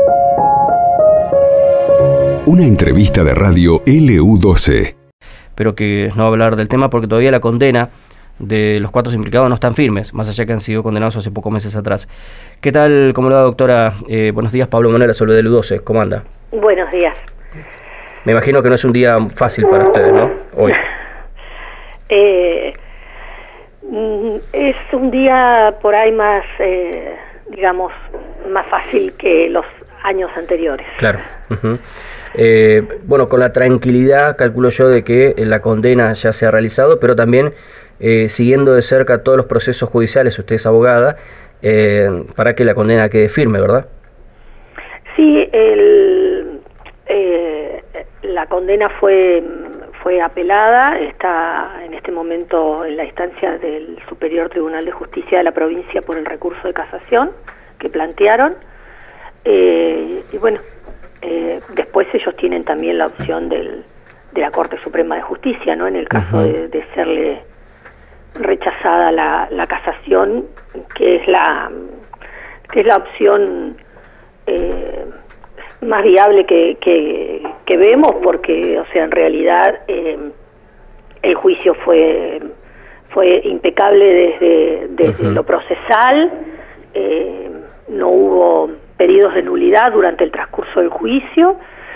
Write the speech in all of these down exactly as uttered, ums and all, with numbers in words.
Una entrevista de radio L U doce. Pero que no va a hablar del tema porque todavía la condena de los cuatro implicados no están firmes, más allá que han sido condenados hace pocos meses atrás. ¿Qué tal? ¿Cómo le va, doctora? Eh, buenos días, Pablo Monera, sobre de L U doce. ¿Cómo anda? Buenos días. Me imagino que no es un día fácil para ustedes, ¿no? Hoy. eh, es un día por ahí más, eh, digamos, más fácil que los años anteriores. Claro. Uh-huh. Eh, bueno, con la tranquilidad, calculo yo, de que la condena ya se ha realizado, pero también eh, siguiendo de cerca todos los procesos judiciales, usted es abogada, eh, para que la condena quede firme, ¿verdad? Sí, el, eh, la condena fue, fue apelada, está en este momento en la instancia del Superior Tribunal de Justicia de la provincia por el recurso de casación que plantearon, eh, y bueno, Eh, después ellos tienen también la opción del, de la Corte Suprema de Justicia, ¿no? En el caso uh-huh. de, de serle rechazada la, la casación, que es la que es la opción eh, más viable que, que, que vemos, porque, o sea, en realidad eh, el juicio fue fue impecable desde, desde uh-huh. lo procesal, eh, no hubo pedidos de nulidad durante el transcurso del juicio,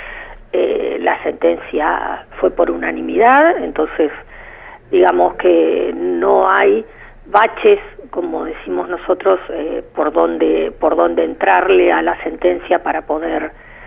eh, la sentencia fue por unanimidad, entonces digamos que no hay baches, como decimos nosotros, eh, por donde por donde entrarle a la sentencia para poder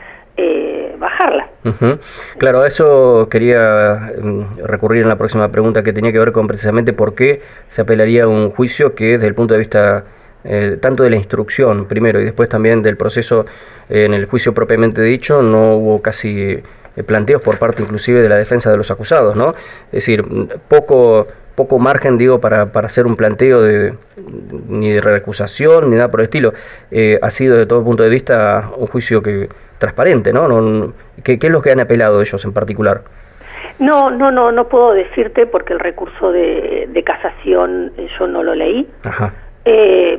eh, bajarla. Uh-huh. Claro, a eso quería um, recurrir en la próxima pregunta, que tenía que ver con precisamente por qué se apelaría a un juicio que desde el punto de vista Eh, tanto de la instrucción primero y después también del proceso eh, en el juicio propiamente dicho, no hubo casi eh, planteos por parte inclusive de la defensa de los acusados, ¿no? Es decir, poco poco margen, digo, para, para hacer un planteo de ni de recusación ni nada por el estilo. Eh, ha sido de todo punto de vista un juicio que transparente, ¿no? no ¿qué, ¿Qué es lo que han apelado ellos en particular? No, no, no, no puedo decirte porque el recurso de, de casación eh, yo no lo leí. Ajá. Eh,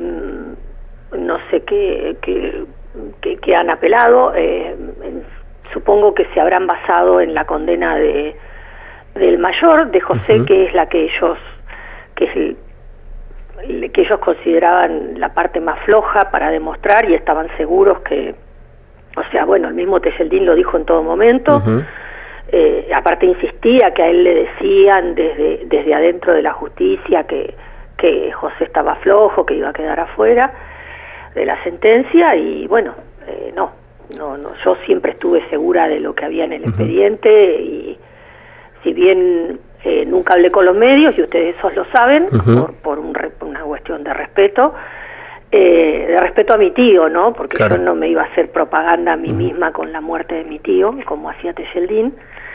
no sé qué, qué, qué, qué han apelado, eh, supongo que se habrán basado en la condena de del mayor, de José, uh-huh. que es la que ellos que es el, que ellos consideraban la parte más floja para demostrar, y estaban seguros que, o sea, bueno, el mismo Tejeldín lo dijo en todo momento. Uh-huh. eh, aparte insistía que a él le decían desde desde adentro de la justicia que que José estaba flojo, que iba a quedar afuera de la sentencia, y bueno, eh, no, no, no, yo siempre estuve segura de lo que había en el uh-huh. expediente, y si bien eh, nunca hablé con los medios, y ustedes esos lo saben, uh-huh. por, por un, una cuestión de respeto, eh, de respeto a mi tío, ¿no? Porque claro. yo no me iba a hacer propaganda a mí uh-huh. misma con la muerte de mi tío, como hacía Tejeldín,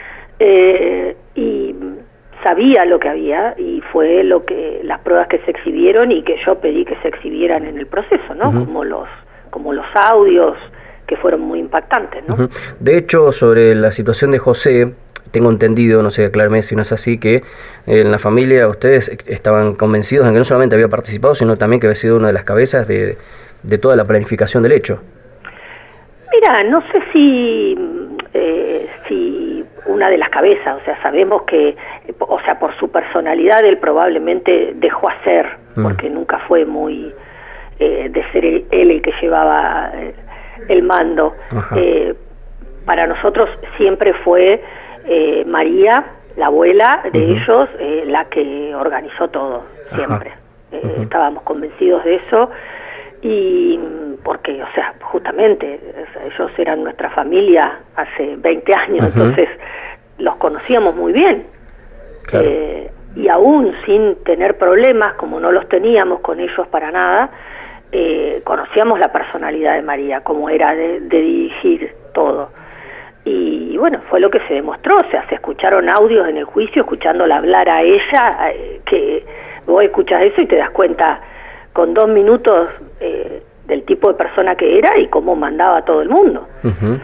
eh, y sabía lo que había, y fue lo que las pruebas que se exhibieron y que yo pedí que se exhibieran en el proceso, ¿no? Uh-huh. Como los como los audios que fueron muy impactantes, ¿no? Uh-huh. De hecho, sobre la situación de José, tengo entendido, no sé, aclárame si no es así, que en la familia ustedes estaban convencidos de que no solamente había participado, sino también que había sido una de las cabezas de, de toda la planificación del hecho. Mira, no sé si eh, si una de las cabezas, o sea, sabemos que, o sea, por su personalidad él probablemente dejó hacer, mm. porque nunca fue muy eh, de ser él, él el que llevaba eh, el mando. Eh, para nosotros siempre fue eh, María, la abuela de uh-huh. ellos, eh, la que organizó todo, siempre. Uh-huh. Eh, uh-huh. Estábamos convencidos de eso, y porque, o sea, justamente ellos eran nuestra familia hace veinte años, uh-huh. entonces los conocíamos muy bien. Claro. Eh, y aún sin tener problemas, como no los teníamos con ellos para nada, eh, conocíamos la personalidad de María, cómo era de, de dirigir todo. Y bueno, fue lo que se demostró, o sea, se escucharon audios en el juicio, escuchándola hablar a ella, eh, que vos escuchás eso y te das cuenta con dos minutos eh, del tipo de persona que era y cómo mandaba a todo el mundo. Uh-huh.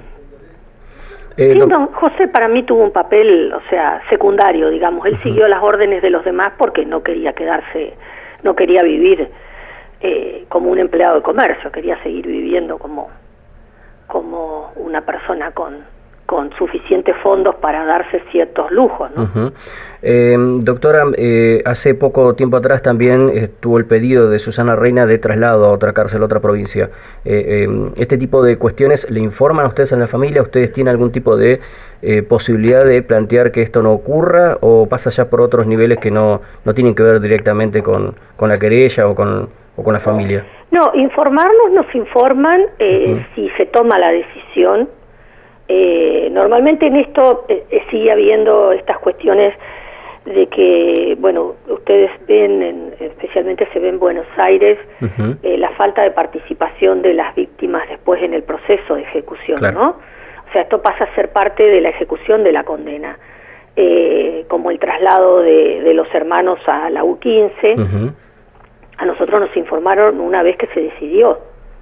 eh, sí, no, José para mí tuvo un papel, o sea, secundario, digamos. Él uh-huh. siguió las órdenes de los demás porque no quería quedarse, no quería vivir eh, como un empleado de comercio, quería seguir viviendo como como una persona con, con suficientes fondos para darse ciertos lujos, ¿no? Uh-huh. Eh, doctora, eh, hace poco tiempo atrás también estuvo el pedido de Susana Reina de traslado a otra cárcel, a otra provincia. Eh, eh, ¿Este tipo de cuestiones le informan a ustedes en la familia? ¿Ustedes tienen algún tipo de eh, posibilidad de plantear que esto no ocurra o pasa ya por otros niveles que no, no tienen que ver directamente con, con la querella o con, o con la familia? No, informarnos nos informan eh, uh-huh. si se toma la decisión. Eh, normalmente en esto eh, sigue habiendo estas cuestiones de que, bueno, ustedes ven, en, especialmente se ve en Buenos Aires, uh-huh. eh, la falta de participación de las víctimas después en el proceso de ejecución, claro. ¿no? O sea, esto pasa a ser parte de la ejecución de la condena, eh, como el traslado de, de los hermanos a la U quince. Uh-huh. A nosotros nos informaron una vez que se decidió.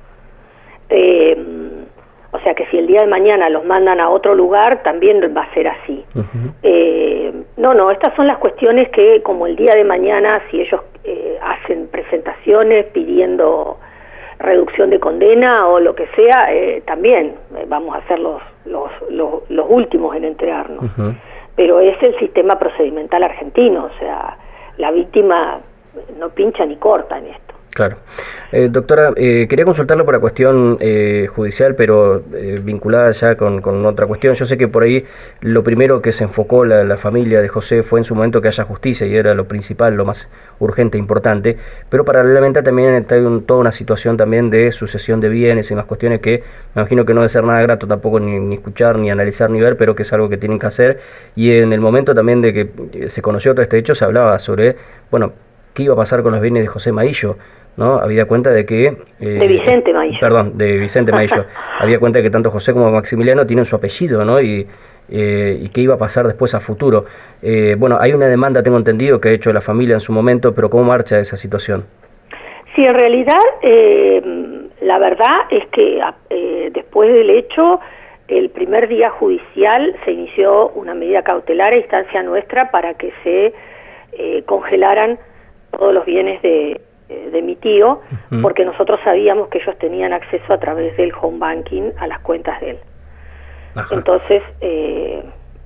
Eh, O sea que si el día de mañana los mandan a otro lugar, también va a ser así. Uh-huh. Eh, no, no, estas son las cuestiones que, como el día de mañana, si ellos eh, hacen presentaciones pidiendo reducción de condena o lo que sea, eh, también eh, vamos a ser los, los, los, los últimos en entregarnos. Uh-huh. Pero es el sistema procedimental argentino, o sea, la víctima no pincha ni corta en esto. Claro. Eh, doctora, eh, quería consultarlo por la cuestión eh, judicial, pero eh, vinculada ya con, con otra cuestión. Yo sé que por ahí lo primero que se enfocó la, la familia de José fue en su momento que haya justicia y era lo principal, lo más urgente e importante, pero paralelamente también está un, toda una situación también de sucesión de bienes y más cuestiones que me imagino que no debe ser nada grato tampoco ni, ni escuchar, ni analizar, ni ver, pero que es algo que tienen que hacer. Y en el momento también de que se conoció todo este hecho se hablaba sobre, bueno, qué iba a pasar con los bienes de José Maillo, ¿no? Había cuenta de que... Eh, de Vicente Maillo. Perdón, de Vicente Maillo. Había cuenta de que tanto José como Maximiliano tienen su apellido, ¿no? Y, eh, y qué iba a pasar después a futuro. Eh, bueno, hay una demanda, tengo entendido, que ha hecho la familia en su momento, pero ¿cómo marcha esa situación? Sí, en realidad, eh, la verdad es que eh, después del hecho, el primer día judicial se inició una medida cautelar a instancia nuestra para que se eh, congelaran todos los bienes de... de mi tío, uh-huh. porque nosotros sabíamos que ellos tenían acceso a través del home banking a las cuentas de él. Ajá. Entonces, eh,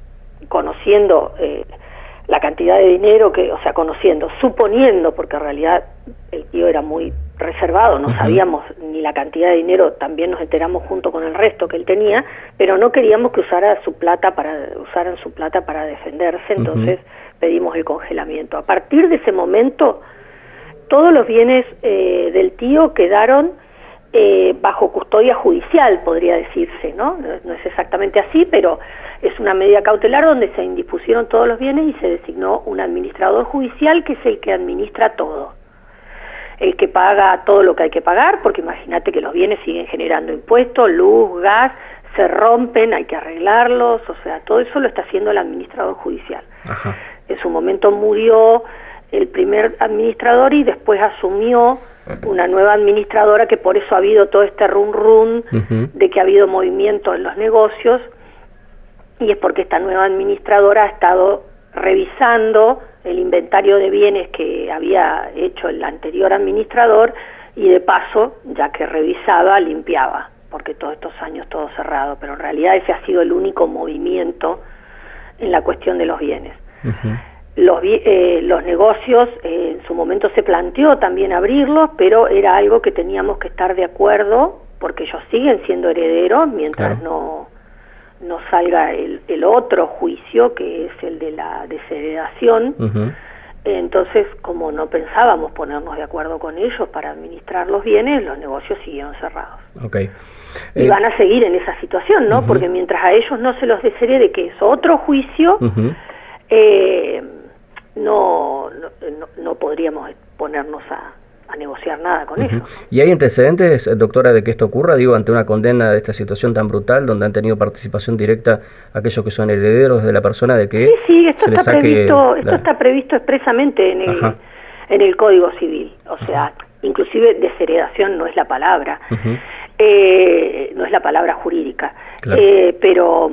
conociendo eh, la cantidad de dinero que, o sea, conociendo, suponiendo, porque en realidad el tío era muy reservado, no uh-huh. sabíamos ni la cantidad de dinero, también nos enteramos junto con el resto que él tenía, pero no queríamos que usara su plata para usaran su plata para defenderse, entonces uh-huh. pedimos el congelamiento. A partir de ese momento, todos los bienes eh, del tío quedaron eh, bajo custodia judicial, podría decirse, ¿no? No es exactamente así, pero es una medida cautelar donde se indispusieron todos los bienes y se designó un administrador judicial que es el que administra todo. El que paga todo lo que hay que pagar, porque imagínate que los bienes siguen generando impuestos, luz, gas, se rompen, hay que arreglarlos, o sea, todo eso lo está haciendo el administrador judicial. Ajá. En su momento murió el primer administrador y después asumió una nueva administradora, que por eso ha habido todo este run run uh-huh. de que ha habido movimiento en los negocios, y es porque esta nueva administradora ha estado revisando el inventario de bienes que había hecho el anterior administrador y de paso, ya que revisaba, limpiaba, porque todos estos años todo cerrado, pero en realidad ese ha sido el único movimiento en la cuestión de los bienes. Uh-huh. Los, eh, los negocios, eh, en su momento se planteó también abrirlos, pero era algo que teníamos que estar de acuerdo, porque ellos siguen siendo herederos mientras claro. no, no salga el, el otro juicio, que es el de la desheredación. Uh-huh. Entonces, como no pensábamos ponernos de acuerdo con ellos para administrar los bienes, los negocios siguieron cerrados. Okay. Y eh, van a seguir en esa situación, ¿no? Uh-huh. Porque mientras a ellos no se los desherede, que es otro juicio, uh-huh. eh, No, no, no podríamos ponernos a, a negociar nada con uh-huh. ellos. ¿Y hay antecedentes, doctora, de que esto ocurra? Digo, ante una condena de esta situación tan brutal, donde han tenido participación directa aquellos que son herederos de la persona, de que sí, sí, esto se está previsto, la... esto está previsto expresamente en el, en el Código Civil. O sea, uh-huh. inclusive desheredación no es la palabra, uh-huh. eh, no es la palabra jurídica, claro. eh, pero...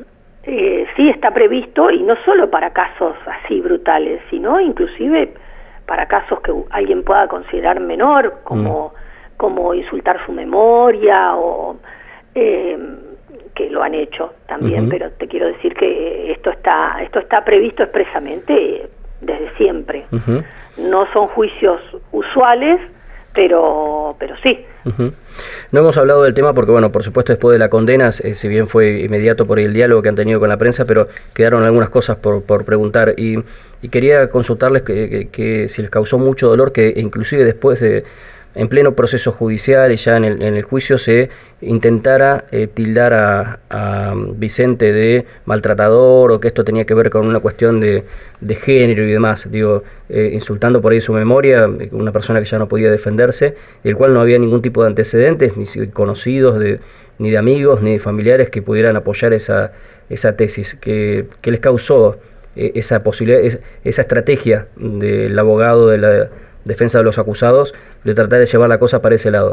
Eh, sí está previsto, y no solo para casos así brutales, sino inclusive para casos que alguien pueda considerar menor, como, mm. como insultar su memoria o eh, lo han hecho también, uh-huh. pero te quiero decir que esto está, esto está previsto expresamente desde siempre. Uh-huh. No son juicios usuales, pero, pero sí. Uh-huh. No hemos hablado del tema porque, bueno, por supuesto después de la condena, eh, si bien fue inmediato por el diálogo que han tenido con la prensa, pero quedaron algunas cosas por, por preguntar y, y quería consultarles que, que, que si les causó mucho dolor que inclusive después de, en pleno proceso judicial y ya en el, en el juicio se intentara eh, tildar a, a Vicente de maltratador o que esto tenía que ver con una cuestión de, de género y demás, digo, eh, insultando por ahí su memoria, una persona que ya no podía defenderse, el cual no había ningún tipo de antecedentes, ni conocidos, de, ni de amigos, ni de familiares que pudieran apoyar esa, esa tesis, que, que les causó eh, esa posibilidad, es, esa estrategia del abogado de la defensa de los acusados de tratar de llevar la cosa para ese lado.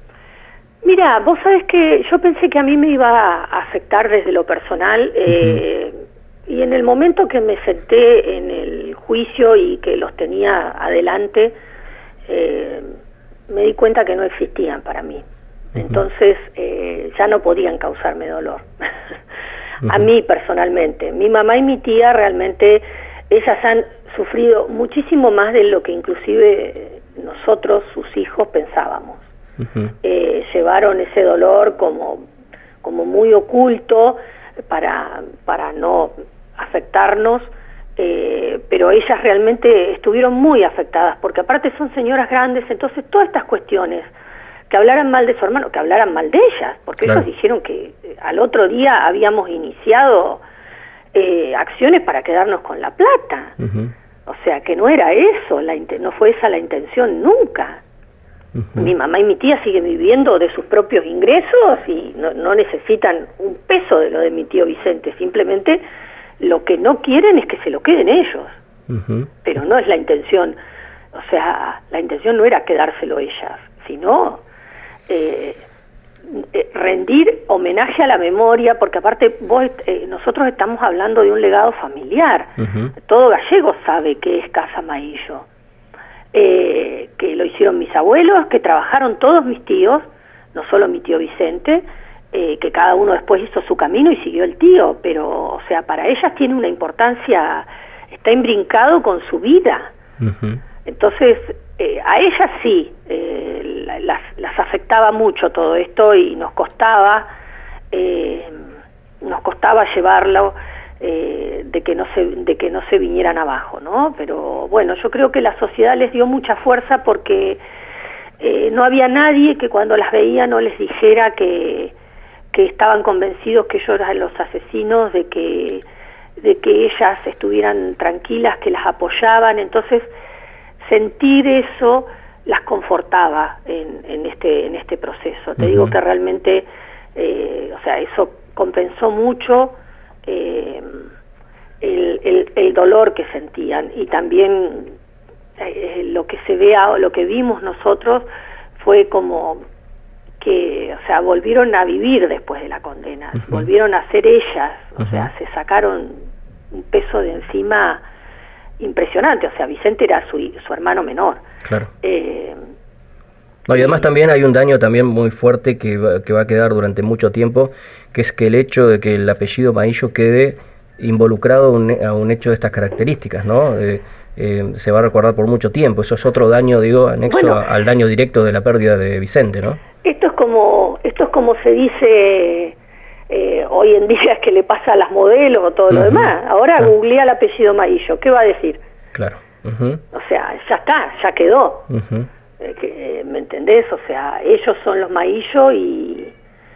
Mira, vos sabés que yo pensé que a mí me iba a afectar desde lo personal, eh, uh-huh. y en el momento que me senté en el juicio y que los tenía adelante, eh, me di cuenta que no existían para mí. Uh-huh. Entonces eh, ya no podían causarme dolor. Uh-huh. A mí personalmente. Mi mamá y mi tía realmente, ellas han sufrido muchísimo más de lo que inclusive nosotros, sus hijos, pensábamos. Uh-huh. Eh, llevaron ese dolor como, como muy oculto para, para no afectarnos, eh, pero ellas realmente estuvieron muy afectadas, porque aparte son señoras grandes, entonces todas estas cuestiones, que hablaran mal de su hermano, que hablaran mal de ellas, porque claro. ellos dijeron que al otro día habíamos iniciado eh, acciones para quedarnos con la plata. Uh-huh. O sea, que no era eso, la no fue esa la intención nunca. Uh-huh. Mi mamá y mi tía siguen viviendo de sus propios ingresos y no, no necesitan un peso de lo de mi tío Vicente, simplemente lo que no quieren es que se lo queden ellos. Uh-huh. Pero no es la intención, o sea, la intención no era quedárselo ellas, sino eh, eh, rendir homenaje a la memoria, porque aparte vos, eh, nosotros estamos hablando de un legado familiar. Uh-huh. Todo gallego sabe qué es Casa Maillo, eh, que lo hicieron mis abuelos, que trabajaron todos mis tíos, no solo mi tío Vicente, eh, que cada uno después hizo su camino y siguió el tío, pero, o sea, para ellas tiene una importancia, está imbrincado con su vida. Uh-huh. Entonces, eh, a ellas sí, eh, las, las afectaba mucho todo esto y nos costaba, eh, nos costaba llevarlo, eh, de que no se, de que no se vinieran abajo, ¿no? Pero bueno, yo creo que la sociedad les dio mucha fuerza porque eh, no había nadie que cuando las veía no les dijera que, que estaban convencidos que ellos eran los asesinos, de que, de que ellas estuvieran tranquilas, que las apoyaban. Entonces, sentir eso las confortaba en, en este en este proceso. Te uh-huh. digo que realmente, eh, o sea, eso compensó mucho eh, el, el, el dolor que sentían, y también eh, lo que se ve, lo que vimos nosotros fue como que, o sea, volvieron a vivir después de la condena, uh-huh. volvieron a ser ellas, o uh-huh. sea, se sacaron un peso de encima impresionante. O sea, Vicente era su, su hermano menor. Claro. Eh, no, y además también hay un daño también muy fuerte que va, que va a quedar durante mucho tiempo, que es que el hecho de que el apellido Maillo quede involucrado a un, a un hecho de estas características, ¿no? Eh, eh, se va a recordar por mucho tiempo. Eso es otro daño, digo, anexo bueno, a, al daño directo de la pérdida de Vicente, ¿no? Esto es como, esto es como se dice eh, hoy en día, que le pasa a las modelos o todo uh-huh. lo demás. Ahora uh-huh. googlea el apellido Maillo, ¿qué va a decir? Claro. Uh-huh. O sea, ya está, ya quedó. Uh-huh. eh, que, ¿Me entendés? O sea, ellos son los Maillo y,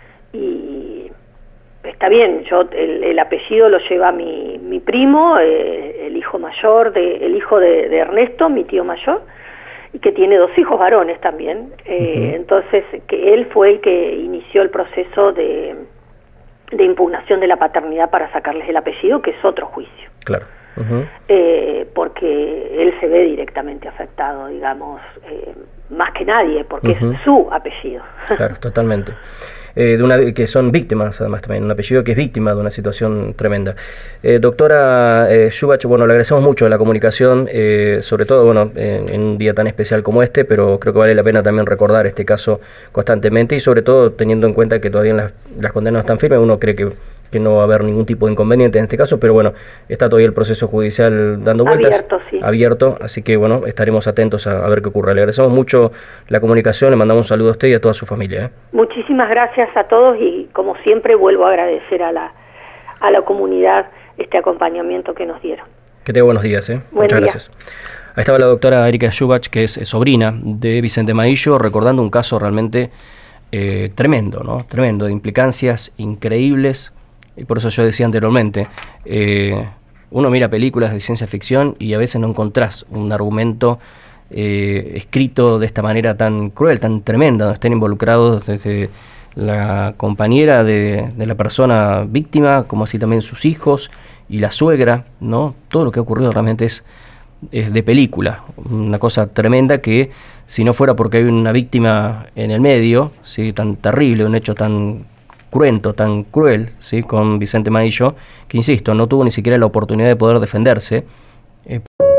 y está bien. Yo el, el apellido lo lleva mi, mi primo, eh, el hijo mayor, de, el hijo de, de Ernesto, mi tío mayor, y que tiene dos hijos varones también. Eh, uh-huh. Entonces, que él fue el que inició el proceso de de impugnación de la paternidad para sacarles el apellido, que es otro juicio. Claro. Uh-huh. eh, porque él se ve directamente afectado, digamos, eh, más que nadie, porque uh-huh. es su apellido. Claro, totalmente. eh, de una, que son víctimas, además también, un apellido que es víctima de una situación tremenda. Eh, doctora eh, Shubach, bueno, le agradecemos mucho la comunicación, eh, sobre todo, bueno, en, en un día tan especial como este, pero creo que vale la pena también recordar este caso constantemente y sobre todo teniendo en cuenta que todavía las, las condenas no están firmes, uno cree que que no va a haber ningún tipo de inconveniente en este caso, pero bueno, está todavía el proceso judicial dando vueltas. Abierto, sí. Abierto, así que bueno, estaremos atentos a, a ver qué ocurre. Le agradecemos mucho la comunicación, le mandamos un saludo a usted y a toda su familia. ¿eh? Muchísimas gracias a todos y como siempre vuelvo a agradecer a la, a la comunidad este acompañamiento que nos dieron. Que tenga buenos días. ¿eh? Buen Muchas día. gracias. Ahí estaba la doctora Erika Shubach, que es sobrina de Vicente Maillo, recordando un caso realmente eh, tremendo, ¿no? Tremendo, de implicancias increíbles. Y por eso yo decía anteriormente, eh, uno mira películas de ciencia ficción y a veces no encontrás un argumento eh, escrito de esta manera tan cruel, tan tremenda, donde estén involucrados desde la compañera de, de la persona víctima, como así también sus hijos y la suegra, ¿no? Todo lo que ha ocurrido realmente es, es de película, una cosa tremenda que si no fuera porque hay una víctima en el medio, ¿sí? Tan terrible, un hecho tan cruento, tan cruel, ¿sí? Con Vicente Maillo, que insisto, no tuvo ni siquiera la oportunidad de poder defenderse. Eh...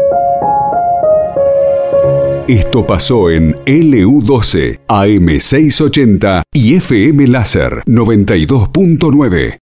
Esto pasó en L U doce, A M seiscientos ochenta y F M Láser noventa y dos punto nueve.